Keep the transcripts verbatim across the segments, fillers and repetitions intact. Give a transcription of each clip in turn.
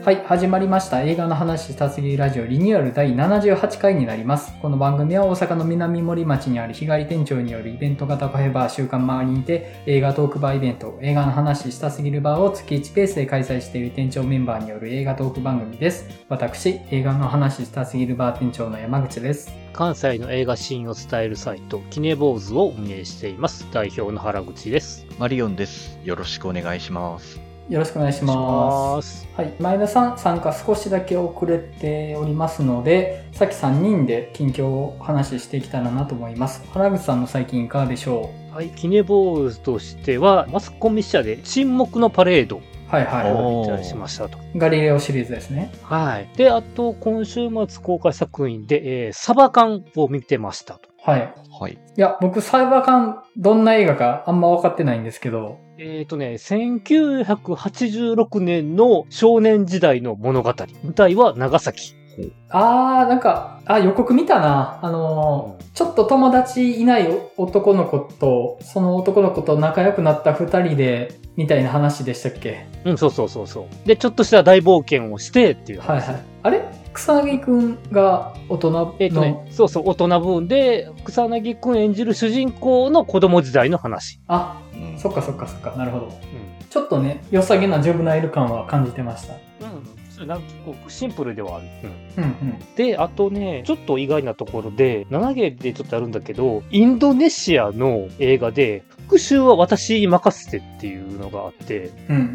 はい、始まりました。映画の話したすぎるラジオリニューアルだいななじゅうはちかいになります。この番組は大阪の南森町にある日帰り店長によるイベント型カフェバー週刊周りにて映画トークバーイベント、映画の話したすぎるバーを月いちペースで開催している店長メンバーによる映画トーク番組です。私、映画の話したすぎるバー店長の山口です。 関西の映画シーンを伝えるサイト、キネボーズを運営しています。代表の原口です。 マリオンです。よろしくお願いします。 よろしくお願いします。はい、前田さん参加少しだけ遅れておりますので、さっきさんにんで近況を話していきたらなと思います。原口さんの最近いかがでしょう？ はい、キネボーズとしてはマスコミ社で沈黙のパレード。 はいはい。 を見たりしましたと。 ガリレオシリーズですね。 はい。で、あと今週末公開作品で、えー、サバカンを見てましたと。 はい。 はい。 いや、僕サバカンどんな映画かあんま分かってないんですけど。 えっとね、せんきゅうひゃくはちじゅうろくねんの少年時代の物語。舞台は長崎。 あー、なんか、あ、予告見たな。あのー、ちょっと友達いない男の子と、その男の子と仲良くなった二人で、みたいな話でしたっけ？ うん、そうそうそうそう。で、ちょっとした大冒険をしてっていう話。はいはい。あれ草薙くんが大人の。 えっとね、そうそう、大人分で、草薙くん演じる主人公の子供時代の話。 あ、うん、そっかそっかそっか。なるほど。うん、ちょっとね、良さげなジュブナイル感は感じてました。 うん。なんかシンプルではある。 うん。うんうん。 で、あとね、ちょっと意外なところで、なな芸でちょっとあるんだけど、インドネシアの映画で、復讐は私に任せてっていうのがあって、 うんうん、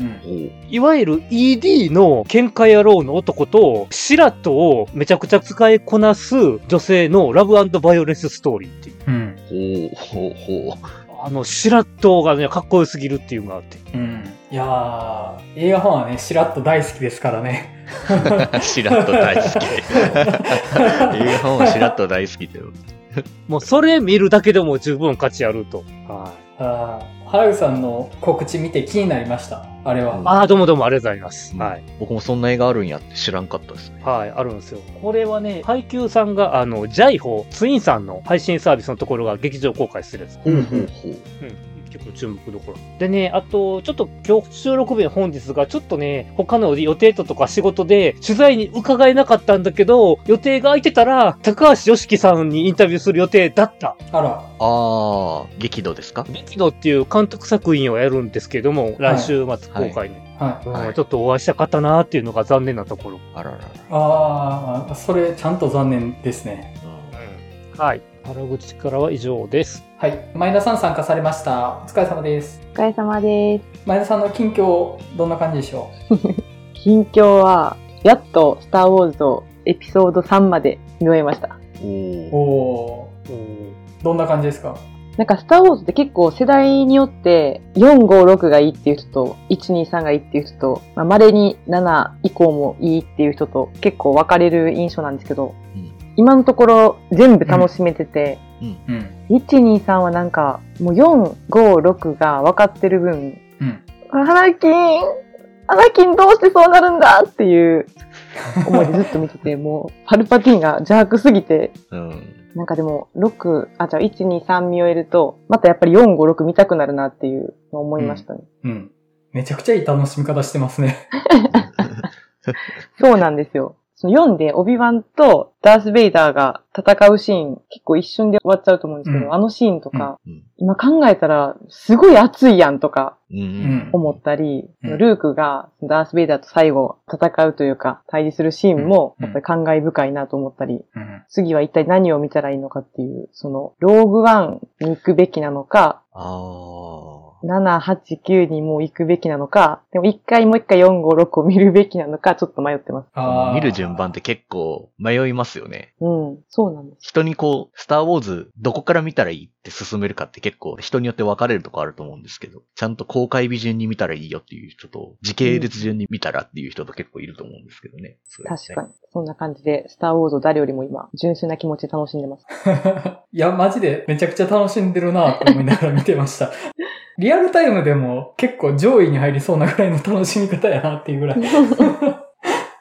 いわゆる イーディー の喧嘩野郎の男と、シラットをめちゃくちゃ使いこなす女性のラブ&バイオレンスストーリーっていう。 うん。 ほうほうほう。 あの、シラットがね、かっこよすぎるっていうのがあって。 うん。いやー、映画ファンはね、シラット大好きですからね。 シラット大好き。映画ファンはシラット大好きだよ。 もうそれ見るだけでも十分価値あると。はい。 ああ、原口さんの告知見て気になりました。あれは。 ああ、どうもどうもありがとうございます。うん、はい。 僕もそんな映画あるんやって知らんかったですね。 はい、あるんですよ。これはね、配給さんが、あの、ジャイホ、ツインさんの配信サービスのところが劇場公開するやつ。 ほうほうほう。うん。 結構注目どころ。でね、あと、ちょっと今日収録日本日がちょっとね、他の予定とか仕事で取材に伺えなかったんだけど、予定が空いてたら、高橋良樹さんにインタビューする予定だった。 あら。 ああ、激怒ですか？ 激怒っていう監督作品をやるんですけども、来週末公開に。 はいはいうん、ちょっとお会いしたかったなーっていうのが残念なところ。 あららら。 ああ、それちゃんと残念ですね。 うん、はい。原口からは以上です。 はい。前田さん参加されました。お疲れ様です。 お疲れ様です。 前田さんの近況、どんな感じでしょう？ 近況は、やっとスターウォーズをエピソードさんまで見終えました。 おー。おー。どんな感じですか？ なんかスターウォーズって結構世代によってよん、ご、ろくがいいっていう人といち、に、さんがいいっていう人と、まあ、稀になな以降もいいっていう人と結構分かれる印象なんですけど、うん、今のところ全部楽しめてて、うんうん、いち、に、さんはなんかもうよん、ご、ろくが分かってる分、うん、アナキンアナキンどうしてそうなるんだっていう思いでずっと見てて、もうパルパティーンが邪悪すぎて、うんなんかでも、ろく、あ、じゃあいち、に、さん見終えると、またやっぱりよん、ご、ろく見たくなるなっていうのを思いましたね。 うん。うん、めちゃくちゃいい楽しみ方してますね。 そうなんですよ。そのよんでオビワンとダース・ベイダーが戦うシーン、結構一瞬で終わっちゃうと思うんですけど、うん、あのシーンとか、うん、今考えたら、すごい熱いやんとか、思ったり、うん、ルークがダース・ベイダーと最後戦うというか、対峙するシーンも、やっぱり感慨深いなと思ったり、うん、次は一体何を見たらいいのかっていう、その、ローグワンに行くべきなのか、あなな、はち、きゅうにもう行くべきなのか、でも一回もう一回よん、ご、ろくを見るべきなのか、ちょっと迷ってます。 あ見る順番って結構迷いますよね。 うん、そうなんです。 人にこう、スターウォーズどこから見たらいいって進めるかって結構人によって分かれるとこあると思うんですけど、ちゃんと公開日順に見たらいいよっていう人と、時系列順に見たらっていう人と結構いると思うんですけどね。 うん、確かに。そんな感じで、スターウォーズを誰よりも今、純粋な気持ちで楽しんでます。 いや、マジでめちゃくちゃ楽しんでるなと思いながら見てました。リアルタイムでも結構上位に入りそうなぐらいの楽しみ方やなっていうぐらい。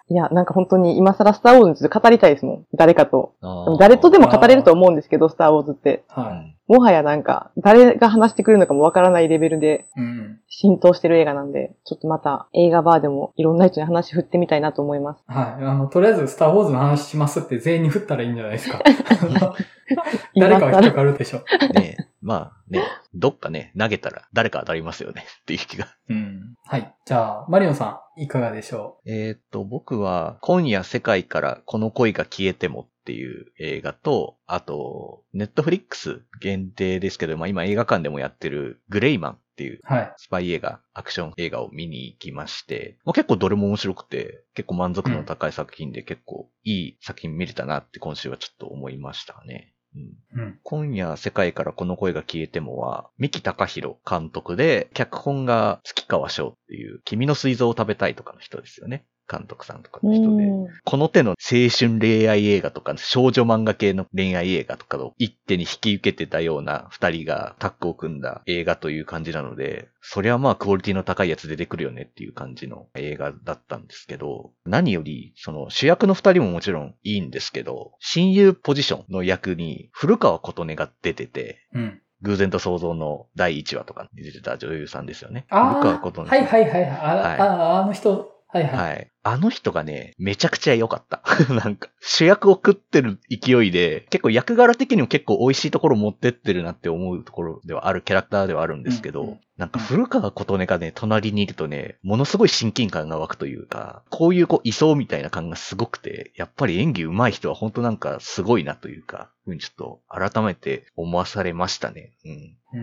いや、なんか本当に今更スターウォーズについて語りたいですもん。誰かと。 あでも誰とでも語れると思うんですけど、スターウォーズって。 はもはやなんか、誰が話してくれるのかもわからないレベルでい。うん。 浸透してる映画なんで、ちょっとまた映画バーでもいろんな人に話振ってみたいなと思います。 はい。あの、とりあえず、スターウォーズの話しますって全員に振ったらいいんじゃないですか。誰かは引っかかるでしょ。 ねえ、まあね、どっかね、投げたら誰か当たりますよねっていう気が。 うん。はい。じゃあ、マリオンさん、いかがでしょえーっと、僕は、今夜世界からこの恋が消えてもっていう映画と、あと、ネットフリックス限定ですけど、まあ今映画館でもやってるグレイマンっていうう？はい。 スパイ映画、アクション映画を見に行きまして、まあ、結構どれも面白くて、結構満足度の高い作品で結構いい作品見れたなって今週はちょっと思いましたね。うん、 うん。 今夜世界からこの声が消えてもは、三木隆弘監督で、脚本が月川翔っていう、君の膵臓を食べたいとかの人ですよね。監督さんとかの人で。この手の青春恋愛映画とか、少女漫画系の恋愛映画とかを一手に引き受けてたような二人がタッグを組んだ映画という感じなので、そりゃまあクオリティの高いやつ出てくるよねっていう感じの映画だったんですけど、何よりその主役の二人ももちろんいいんですけど、親友ポジションの役に古川琴音が出てて、 うん。 偶然と想像のだいいちわとかに出てた女優さんですよね。 あ古川琴音あ、はいはいはい。あ、 はいあ、あの人、はいはい。 はい。あの人がね、めちゃくちゃ良かった。なんか、主役を食ってる勢いで、結構役柄的にも結構美味しいところ持ってってるなって思うところではあるキャラクターではあるんですけど、 うんうん、 なんか古川琴音がね、隣にいるとね、ものすごい親近感が湧くというか、こういうこう、位相みたいな感がすごくて、やっぱり演技上手い人は本当なんかすごいなというか、ふうにちょっと改めて思わされましたね。 うん。うん、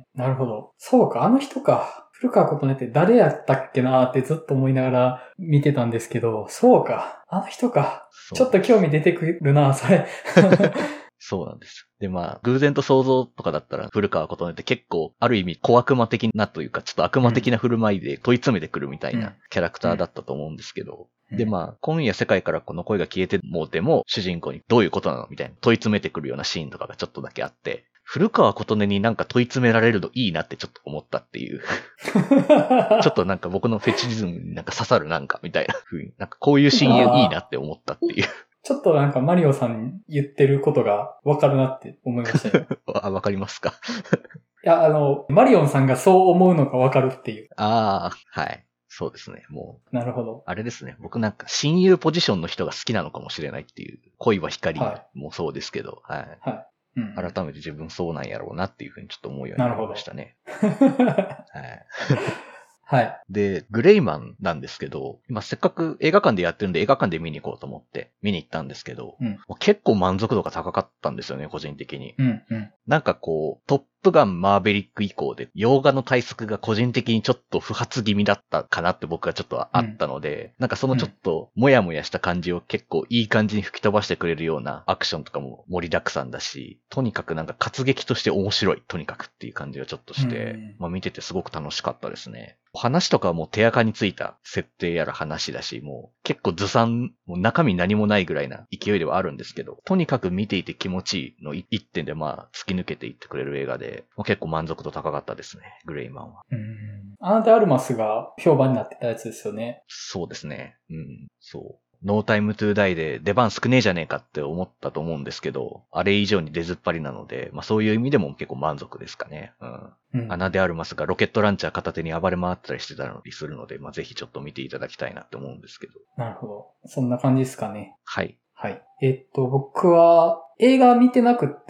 なるほど。そうか、あの人か。古川琴音って誰やったっけなーってずっと思いながら見てたんですけど、そうか。あの人か。ちょっと興味出てくるな、それ。 そうなんです。で、まあ、偶然と想像とかだったら、古川琴音って結構、ある意味、小悪魔的なというか、ちょっと悪魔的な振る舞いで問い詰めてくるみたいなキャラクターだったと思うんですけど、うん、で、まあ、今夜世界からこの声が消えてもでも、主人公にどういうことなのみたいな問い詰めてくるようなシーンとかがちょっとだけあって、古川琴音になんか問い詰められるのいいなってちょっと思ったっていう。ちょっとなんか僕のフェチズムになんか刺さるなんかみたいな風に、なんかこういう親友いいなって思ったっていう。 ちょっとなんかマリオさん言ってることがわかるなって思いましたよ。 あ、わかりますか？ いや、あの、マリオンさんがそう思うのがわかるっていう。 ああ、はい。そうですね。もう。 なるほど。 あれですね。僕なんか親友ポジションの人が好きなのかもしれないっていう。恋は光もそうですけど、はい。はいはいうん、 改めて自分そうなんやろうなっていうふうにちょっと思うようになりましたね。 はい。はい。 で、グレイマンなんですけど、今せっかく映画館でやってるんで映画館で見に行こうと思って見に行ったんですけど、うん、結構満足度が高かったんですよね、個人的に。 うんうん、 なんかこう、トップガンマーベリック以降で、洋画の対策が個人的にちょっと不発気味だったかなって僕はちょっとあったので、うん、なんかそのちょっともやもやした感じを結構いい感じに吹き飛ばしてくれるようなアクションとかも盛りだくさんだし、とにかくなんか活劇として面白い、とにかくっていう感じがちょっとして、うん、まあ見ててすごく楽しかったですね。話とかはもう手垢についた設定やら話だし、もう結構ずさん、もう中身何もないぐらいな勢いではあるんですけど、とにかく見ていて気持ちいいの一点でまあ突き抜けていってくれる映画で、もう結構満足度高かったですね、グレイマンは。 うん。アナデ・アルマスが評判になってたやつですよね。 そうですね。うん、そう。ノータイムトゥーダイで出番少ねえじゃねえかって思ったと思うんですけど、あれ以上に出ずっぱりなので、まあそういう意味でも結構満足ですかね。うん。うん、アナデ・アルマスがロケットランチャー片手に暴れ回ったりしてたりするので、まあぜひちょっと見ていただきたいなって思うんですけど。 なるほど。そんな感じですかね。 はい。 はい。えっと、僕は映画見てなくって、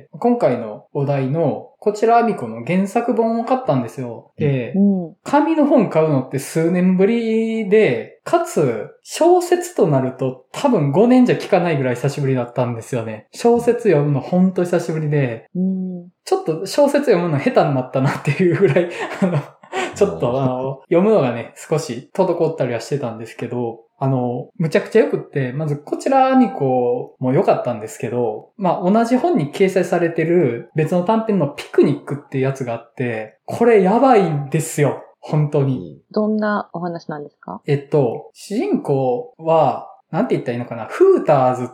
今回のお題のこちらアミコの原作本を買ったんですよ。で、うん、紙の本買うのって数年ぶりで、かつ小説となると多分ごねんじゃ聞かないぐらい久しぶりだったんですよね。小説読むのほんと久しぶりで、うん、ちょっと小説読むの下手になったなっていうぐらい、あの、ちょっとあの、読むのがね、少し滞ったりはしてたんですけど、あの、むちゃくちゃ良くって、まずこちらにこう、も良かったんですけど、まあ同じ本に掲載されてる別の短編のピクニックっていうやつがあって、これやばいんですよ。本当に。 どんなお話なんですか？ えっと、主人公は、なんて言ったらいいのかな、フーターズっ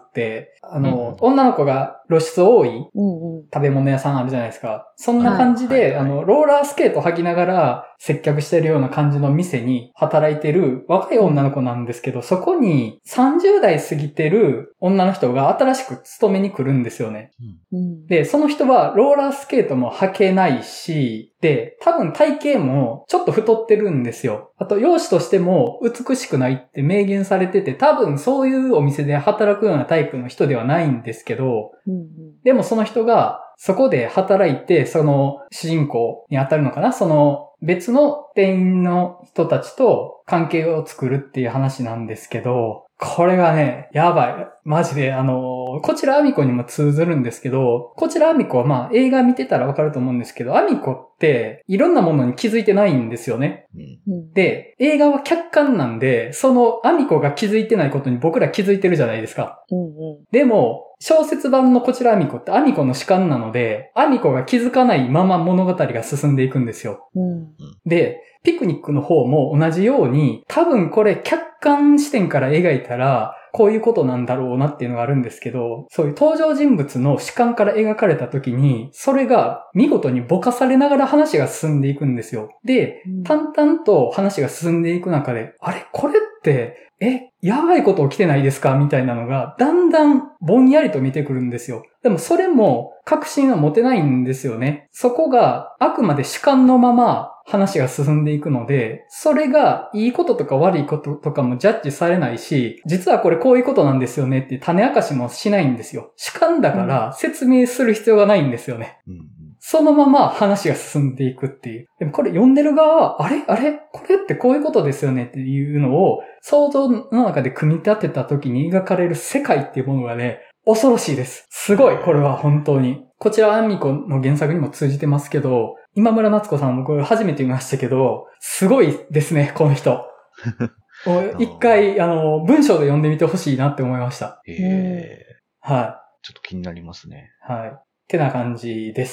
って、あの、 うん、 女の子が露出多いうんうん。 食べ物屋さんあるじゃないですか。そんな感じで、 はいはいはいあの、ローラースケート履きながら接客してるような感じの店に働いてる若い女の子なんですけど、そこにさんじゅう代過ぎてる女の人が新しく勤めに来るんですよね。 うん。 で、その人はローラースケートも履けないし、で、多分体型もちょっと太ってるんですよ。あと、容姿としても美しくないって明言されてて、多分そういうお店で働くようなタイプの人ではないんですけど、 うんうん。 でもその人がそこで働いて、その主人公に当たるのかな、その別の店員の人たちと関係を作るっていう話なんですけど、これがね、やばい。マジで、あの、こちらアミコにも通ずるんですけど、こちらアミコはまあ映画見てたらわかると思うんですけど、アミコっていろんなものに気づいてないんですよね。 うん。 うん。 で、映画は客観なんで、そのアミコが気づいてないことに僕ら気づいてるじゃないですか。 うんうん。 でも、小説版のこちらアミコってアミコの主観なので、アミコが気づかないまま物語が進んでいくんですよ。 うん。 で、ピクニックの方も同じように、多分これ客観視点から描いたら、こういうことなんだろうなっていうのがあるんですけど、そういう登場人物の主観から描かれた時に、それが見事にぼかされながら話が進んでいくんですよ。で、淡々と話が進んでいく中で、あれこれって、え、やばいこと起きてないですかみたいなのが、だんだんぼんやりと見てくるんですよ。でもそれも確信は持てないんですよね。そこがあくまで主観のまま話が進んでいくので、それがいいこととか悪いこととかもジャッジされないし、実はこれこういうことなんですよねって種明かしもしないんですよ。主観だから説明する必要がないんですよね。 うん。 そのまま話が進んでいくっていう。でもこれ読んでる側は、あれあれこれってこういうことですよねっていうのを想像の中で組み立てた時に描かれる世界っていうものがね、恐ろしいです。すごい、これは本当に。こちらアミコの原作にも通じてますけど、今村夏子さんもこれ初めて見ましたけど、すごいですね、この人。一回、あの、文章で読んでみてほしいなって思いました。 へえ。 はちょっと気になりますね。 い。はい。ってな感じです。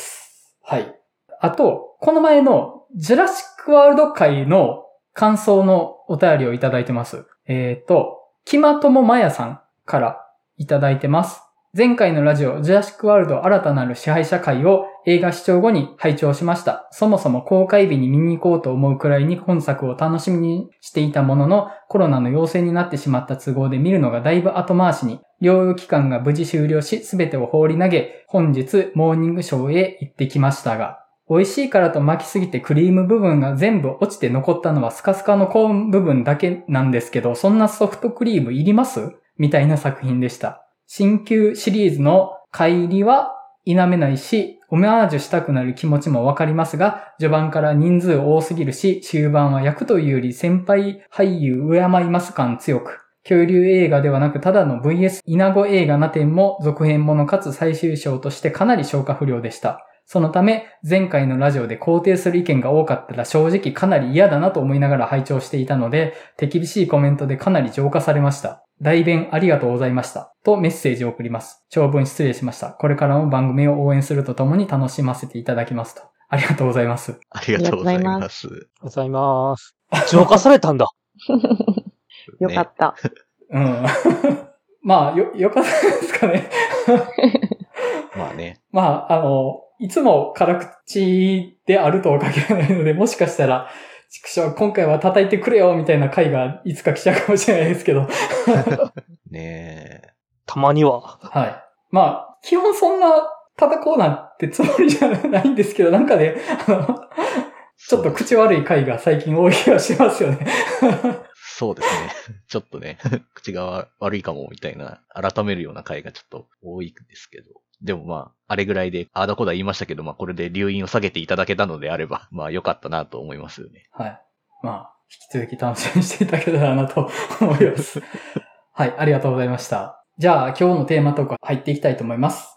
はい。あと、この前のジュラシックワールド会の感想のお便りをいただいてます。えっと、キマトモマヤさんからいただいてます。前回のラジオ、ジュラシックワールド新たなる支配者会を映画視聴後に拝聴しました。そもそも公開日に見に行こうと思うくらいに本作を楽しみにしていたものの、コロナの陽性になってしまった都合で見るのがだいぶ後回しに、療養期間が無事終了し、すべてを放り投げ、本日モーニングショーへ行ってきましたが、美味しいからと巻きすぎてクリーム部分が全部落ちて残ったのはスカスカのコーン部分だけなんですけど、そんなソフトクリームいりますみたいな作品でした。新旧シリーズの乖離は否めないし、オマージュしたくなる気持ちもわかりますが、序盤から人数多すぎるし、終盤は役というより先輩俳優敬います感強く、恐竜映画ではなくただの ブイエス 稲子映画な点も続編ものかつ最終章としてかなり消化不良でした。そのため、前回のラジオで肯定する意見が多かったら正直かなり嫌だなと思いながら拝聴していたので、手厳しいコメントでかなり浄化されました。代弁ありがとうございました。とメッセージを送ります。長文失礼しました。これからも番組を応援するとともに楽しませていただきますと。ありがとうございます。 ありがとうございます。 ありがとうございます。浄化されたんだ。 よかった。 うん。まあ、よ、よかったですかね。 まあね。 まあ、あの、いつも辛口であるとは限らないので、もしかしたら、畜生、今回は叩いてくれよみたいな回がいつか来ちゃうかもしれないですけど。 ねえ。 たまには。 はい。まあ、基本そんな叩こうなんてつもりじゃないんですけど、なんかね、あの、ちょっと口悪い回が最近多い気がしますよね。 そうですね。ちょっとね、口が悪いかもみたいな、改めるような回がちょっと多いんですけど。でもまあ、あれぐらいで、ああだこだ言いましたけど、まあこれで留飲を下げていただけたのであれば、まあ良かったなと思いますよね。 はい。まあ、引き続き楽しみにしていただけたらなと思います。はい、ありがとうございました。じゃあ今日のテーマトーク入っていきたいと思います。